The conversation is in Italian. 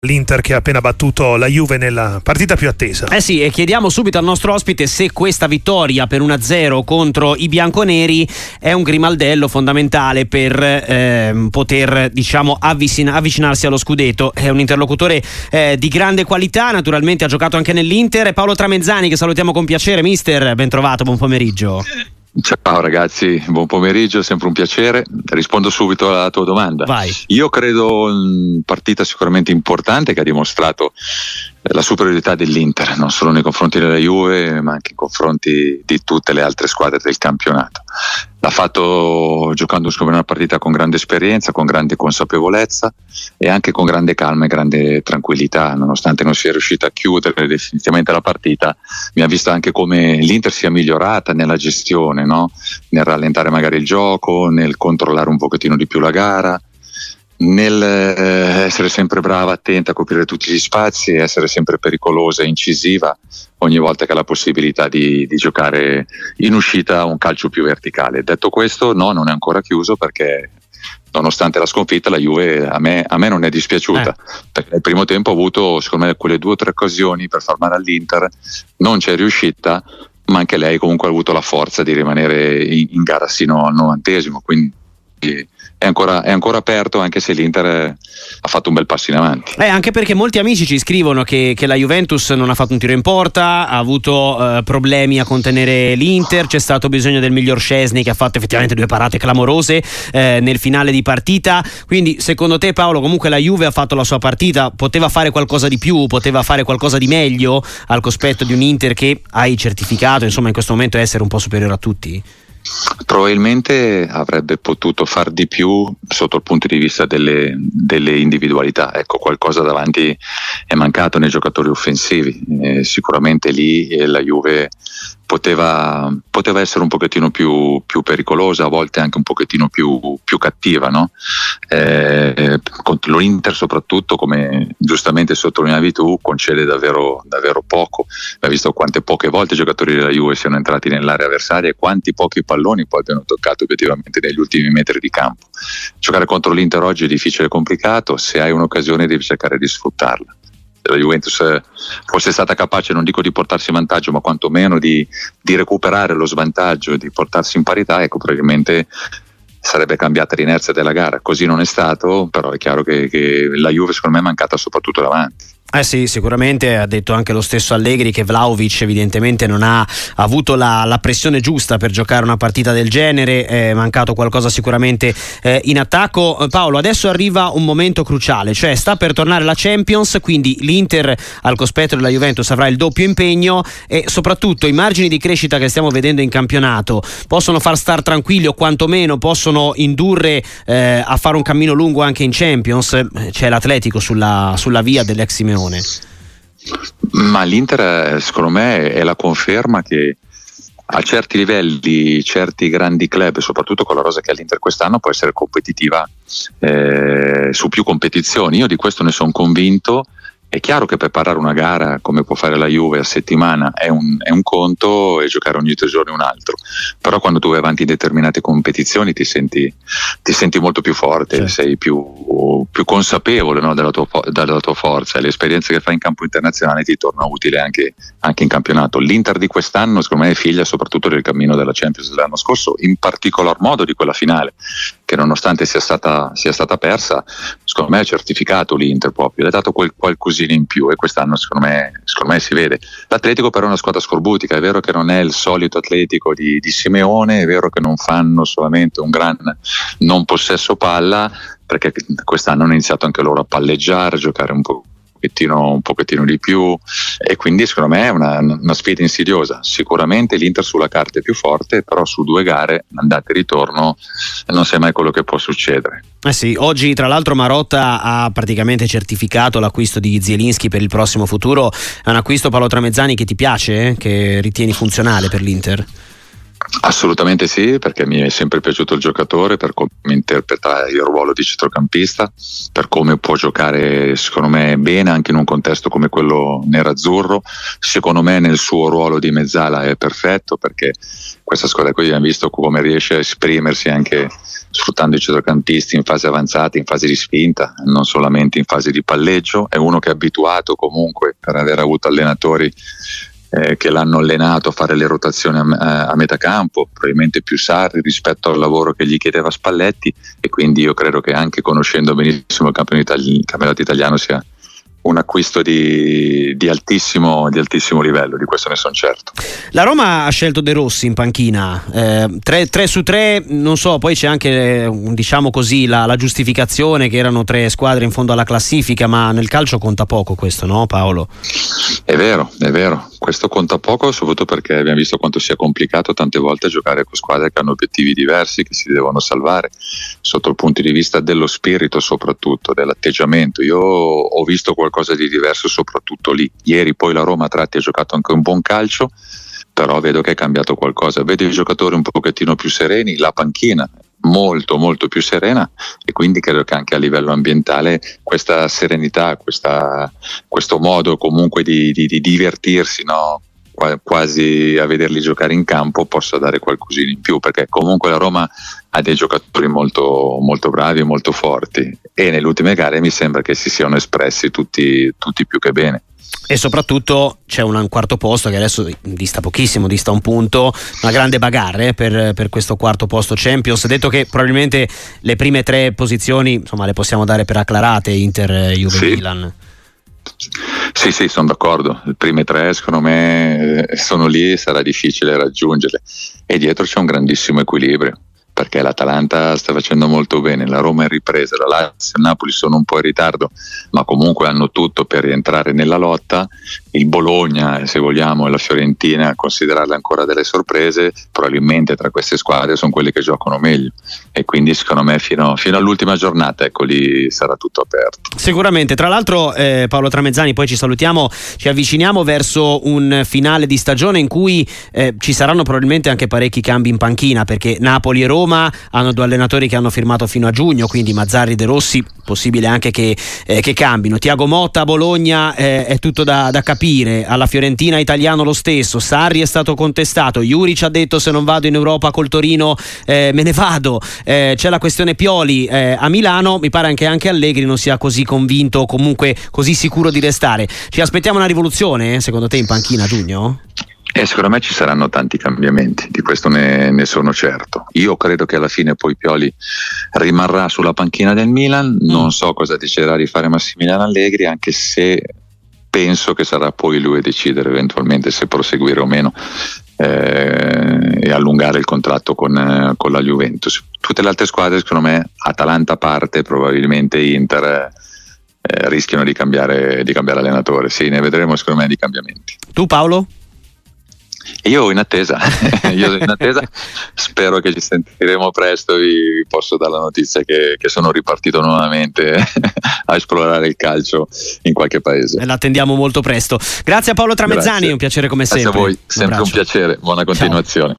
L'Inter che ha appena battuto la Juve nella partita più attesa. Sì, e chiediamo subito al nostro ospite se questa vittoria per 1-0 contro i bianconeri è un grimaldello fondamentale per poter, diciamo, avvicinarsi allo scudetto. È un interlocutore di grande qualità, naturalmente ha giocato anche nell'Inter. È Paolo Tramezzani, che salutiamo con piacere. Mister, ben trovato, buon pomeriggio. Ciao ragazzi, buon pomeriggio, sempre un piacere. Rispondo subito alla tua domanda. Vai. Io credo partita sicuramente importante che ha dimostrato la superiorità dell'Inter, non solo nei confronti della Juve ma anche nei confronti di tutte le altre squadre del campionato. L'ha fatto giocando una partita con grande esperienza, con grande consapevolezza e anche con grande calma e grande tranquillità, nonostante non sia riuscita a chiudere definitivamente la partita. Mi ha visto anche come l'Inter sia migliorata nella gestione, no? Nel rallentare magari il gioco, nel controllare un pochettino di più la gara, nel essere sempre brava, attenta a coprire tutti gli spazi e essere sempre pericolosa e incisiva ogni volta che ha la possibilità di giocare in uscita un calcio più verticale. Detto questo, no, non è ancora chiuso, perché nonostante la sconfitta la Juve a me non è dispiaciuta, perché nel primo tempo ha avuto secondo me quelle 2 o 3 occasioni per far male all'Inter, non c'è riuscita, ma anche lei comunque ha avuto la forza di rimanere in gara sino al 90°, quindi è ancora aperto, anche se l'Inter ha fatto un bel passo in avanti. Anche perché molti amici ci scrivono che la Juventus non ha fatto un tiro in porta, ha avuto problemi a contenere l'Inter, c'è stato bisogno del miglior Szczęsny, che ha fatto effettivamente 2 parate clamorose nel finale di partita. Quindi secondo te, Paolo, comunque la Juve ha fatto la sua partita, poteva fare qualcosa di più, poteva fare qualcosa di meglio al cospetto di un Inter che hai certificato insomma in questo momento essere un po' superiore a tutti? Probabilmente avrebbe potuto far di più sotto il punto di vista delle individualità. Ecco, qualcosa davanti è mancato nei giocatori offensivi. Sicuramente lì la Juve poteva essere un pochettino più pericolosa, a volte anche un pochettino più cattiva, no? Contro l'Inter soprattutto, come giustamente sottolineavi tu, concede davvero poco. Hai visto quante poche volte i giocatori della Juve siano entrati nell'area avversaria e quanti pochi palloni poi abbiano toccato obiettivamente negli ultimi metri di campo. Giocare contro l'Inter oggi è difficile e complicato, se hai un'occasione devi cercare di sfruttarla. Se la Juventus fosse stata capace, non dico di portarsi in vantaggio, ma quantomeno di recuperare lo svantaggio, di portarsi in parità, ecco, probabilmente sarebbe cambiata l'inerzia della gara. Così non è stato, però è chiaro che la Juve secondo me è mancata soprattutto davanti. Sì, sicuramente ha detto anche lo stesso Allegri che Vlahovic evidentemente non ha avuto la pressione giusta per giocare una partita del genere, è mancato qualcosa sicuramente in attacco. Paolo, adesso arriva un momento cruciale, cioè sta per tornare la Champions, quindi l'Inter al cospetto della Juventus avrà il doppio impegno e soprattutto i margini di crescita che stiamo vedendo in campionato possono far star tranquilli, o quantomeno possono indurre a fare un cammino lungo anche in Champions. C'è l'Atletico sulla via dell'ex Simeone. Ma l'Inter secondo me è la conferma che a certi livelli, certi grandi club, soprattutto con la rosa che ha l'Inter quest'anno, può essere competitiva su più competizioni. Io di questo ne sono convinto. È chiaro che preparare una gara come può fare la Juve a settimana è un conto, e giocare ogni 3 giorni un altro, però quando tu vai avanti in determinate competizioni ti senti molto più forte, certo. Sei più consapevole, no, della tua forza, e le esperienze che fai in campo internazionale ti tornano utili anche in campionato. L'Inter di quest'anno secondo me è figlia soprattutto del cammino della Champions dell'anno scorso, in particolar modo di quella finale, che nonostante sia stata persa, secondo me ha certificato l'Inter proprio, le ha dato qualcosina in più, e quest'anno secondo me si vede. L'Atletico però è una squadra scorbutica, è vero che non è il solito Atletico di Simeone, è vero che non fanno solamente un gran non possesso palla, perché quest'anno hanno iniziato anche loro a palleggiare, a giocare un pochettino di più, e quindi secondo me è una sfida insidiosa. Sicuramente l'Inter sulla carta è più forte, però su 2 gare, andata e ritorno, non sai mai quello che può succedere. Sì, oggi tra l'altro Marotta ha praticamente certificato l'acquisto di Zielinski per il prossimo futuro. È un acquisto, Paolo Tramezzani, che ti piace, che ritieni funzionale per l'Inter? Assolutamente sì, perché mi è sempre piaciuto il giocatore, per come interpreta il ruolo di centrocampista, per come può giocare secondo me bene anche in un contesto come quello nerazzurro. Secondo me nel suo ruolo di mezzala è perfetto, perché questa squadra qui abbiamo visto come riesce a esprimersi anche sfruttando i centrocampisti in fase avanzata, in fase di spinta, non solamente in fase di palleggio. È uno che è abituato comunque, per aver avuto allenatori che l'hanno allenato a fare le rotazioni a metà campo, probabilmente più Sarri rispetto al lavoro che gli chiedeva Spalletti, e quindi io credo che, anche conoscendo benissimo il campionato italiano, sia un acquisto di altissimo livello, di questo ne sono certo. La Roma ha scelto De Rossi in panchina, 3 su 3, non so, poi c'è anche, diciamo così, la giustificazione che erano 3 squadre in fondo alla classifica, ma nel calcio conta poco questo, no Paolo? È vero, questo conta poco, soprattutto perché abbiamo visto quanto sia complicato tante volte giocare con squadre che hanno obiettivi diversi, che si devono salvare sotto il punto di vista dello spirito, soprattutto dell'atteggiamento. Io ho visto qualcosa di diverso soprattutto lì. Ieri poi la Roma a tratti ha giocato anche un buon calcio, però vedo che è cambiato qualcosa, vedo i giocatori un pochettino più sereni, la panchina molto molto più serena, e quindi credo che anche a livello ambientale questa serenità, questo modo comunque di divertirsi, no? Quasi a vederli giocare in campo, possa dare qualcosina in più, perché comunque la Roma ha dei giocatori molto, molto bravi e molto forti, e nelle ultime gare mi sembra che si siano espressi tutti più che bene. E soprattutto c'è un quarto posto che adesso dista pochissimo, dista un punto, una grande bagarre per questo quarto posto Champions. Detto che probabilmente le prime 3 posizioni, insomma, le possiamo dare per acclarate: Inter, Juve, sì. Milan. Sì, sono d'accordo. Le prime 3 secondo me sono lì, sarà difficile raggiungerle, e dietro c'è un grandissimo equilibrio, perché l'Atalanta sta facendo molto bene, la Roma è in ripresa, la Lazio e il Napoli sono un po' in ritardo, ma comunque hanno tutto per rientrare nella lotta. Il Bologna, se vogliamo, e la Fiorentina, considerarle ancora delle sorprese, probabilmente tra queste squadre sono quelle che giocano meglio, e quindi secondo me fino all'ultima giornata, ecco, lì sarà tutto aperto. Sicuramente. Tra l'altro, Paolo Tramezzani, poi ci salutiamo, ci avviciniamo verso un finale di stagione in cui ci saranno probabilmente anche parecchi cambi in panchina, perché Napoli e Roma hanno 2 allenatori che hanno firmato fino a giugno, quindi Mazzarri, De Rossi, possibile anche che cambino. Thiago Motta a Bologna, è tutto da capire. Alla Fiorentina Italiano lo stesso, Sarri è stato contestato, Juric ha detto: se non vado in Europa col Torino me ne vado. C'è la questione Pioli a Milano, mi pare anche Allegri non sia così convinto, o comunque così sicuro di restare. Ci aspettiamo una rivoluzione, secondo te, in panchina a giugno? Secondo me ci saranno tanti cambiamenti, di questo ne sono certo. Io credo che alla fine poi Pioli rimarrà sulla panchina del Milan, non so cosa deciderà di fare Massimiliano Allegri, anche se penso che sarà poi lui a decidere eventualmente se proseguire o meno e allungare il contratto con la Juventus. Tutte le altre squadre, secondo me, Atalanta a parte, probabilmente Inter, rischiano di cambiare allenatore. Sì, ne vedremo secondo me di cambiamenti. Tu Paolo? Io in attesa, spero che ci sentiremo presto. Vi posso dare la notizia che sono ripartito nuovamente a esplorare il calcio in qualche paese. E l'attendiamo molto presto. Grazie a Paolo Tramezzani, un piacere come sempre. Grazie a voi, sempre un piacere, buona continuazione. Ciao.